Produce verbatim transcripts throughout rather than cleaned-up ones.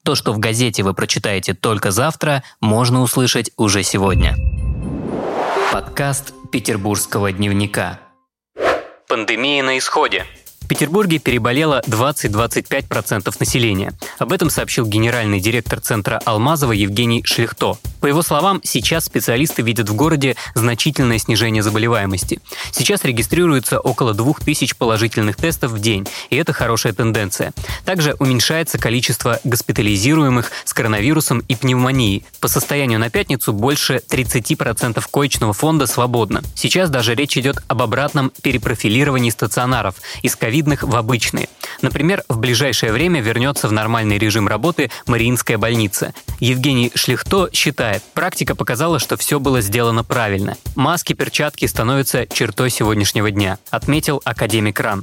То, что в газете вы прочитаете только завтра, можно услышать уже сегодня. Подкаст Петербургского дневника. Пандемия на исходе. В Петербурге переболело двадцать-двадцать пять процентов населения. Об этом сообщил генеральный директор Центра Алмазова Евгений Шлихто. По его словам, сейчас специалисты видят в городе значительное снижение заболеваемости. Сейчас регистрируется около двух тысяч положительных тестов в день, и это хорошая тенденция. Также уменьшается количество госпитализируемых с коронавирусом и пневмонией. По состоянию на пятницу больше тридцать процентов коечного фонда свободно. Сейчас даже речь идет об обратном перепрофилировании стационаров из ковидных в обычные. Например, в ближайшее время вернется в нормальный режим работы Мариинская больница. Евгений Шлихто считает, практика показала, что все было сделано правильно. Маски, перчатки становятся чертой сегодняшнего дня, отметил академик РАН.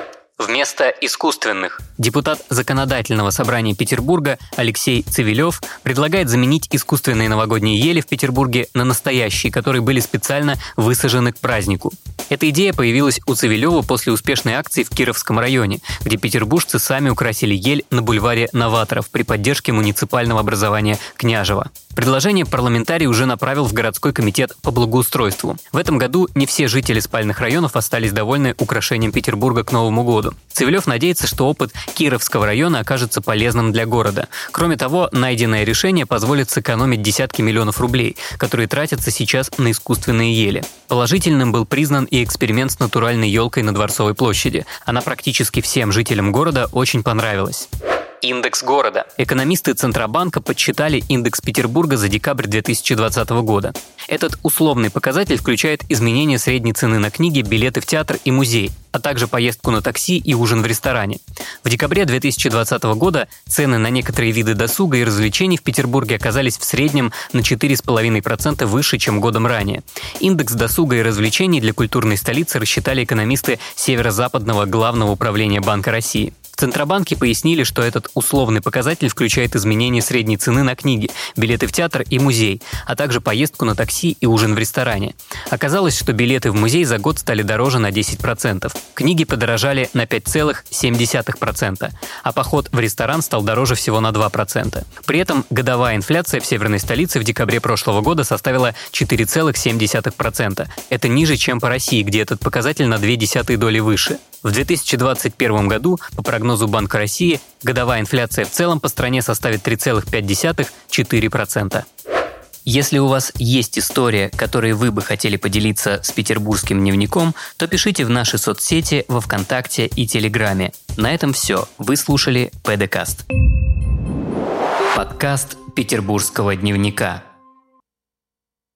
Вместо искусственных. Депутат Законодательного собрания Петербурга Алексей Цивилев предлагает заменить искусственные новогодние ели в Петербурге на настоящие, которые были специально высажены к празднику. Эта идея появилась у Цивилева после успешной акции в Кировском районе, где петербуржцы сами украсили ель на бульваре Новаторов при поддержке муниципального образования Княжево. Предложение парламентарий уже направил в городской комитет по благоустройству. В этом году не все жители спальных районов остались довольны украшением Петербурга к Новому году. Цивилев надеется, что опыт Кировского района окажется полезным для города. Кроме того, найденное решение позволит сэкономить десятки миллионов рублей, которые тратятся сейчас на искусственные ели. Положительным был признан и эксперимент с натуральной елкой на Дворцовой площади. Она практически всем жителям города очень понравилась. Индекс города. Экономисты Центробанка подсчитали индекс Петербурга за декабрь две тысячи двадцатого года. Этот условный показатель включает изменение средней цены на книги, билеты в театр и музей, а также поездку на такси и ужин в ресторане. В декабре две тысячи двадцатого года цены на некоторые виды досуга и развлечений в Петербурге оказались в среднем на четыре целых пять десятых процента выше, чем годом ранее. Индекс досуга и развлечений для культурной столицы рассчитали экономисты Северо-Западного главного управления Банка России. В Центробанке пояснили, что этот условный показатель включает изменение средней цены на книги, билеты в театр и музей, а также поездку на такси и ужин в ресторане. Оказалось, что билеты в музей за год стали дороже на десять процентов, книги подорожали на пять целых семь десятых процента, а поход в ресторан стал дороже всего на два процента. При этом годовая инфляция в северной столице в декабре прошлого года составила четыре целых семь десятых процента. Это ниже, чем по России, где этот показатель на две десятые доли выше. В две тысячи двадцать первом году, по прогнозу Банка России, годовая инфляция в целом по стране составит три целых пять десятых - четыре процента. Если у вас есть история, которой вы бы хотели поделиться с Петербургским дневником, то пишите в наши соцсети во ВКонтакте и Телеграме. На этом все. Вы слушали ПДКаст. Подкаст Петербургского дневника.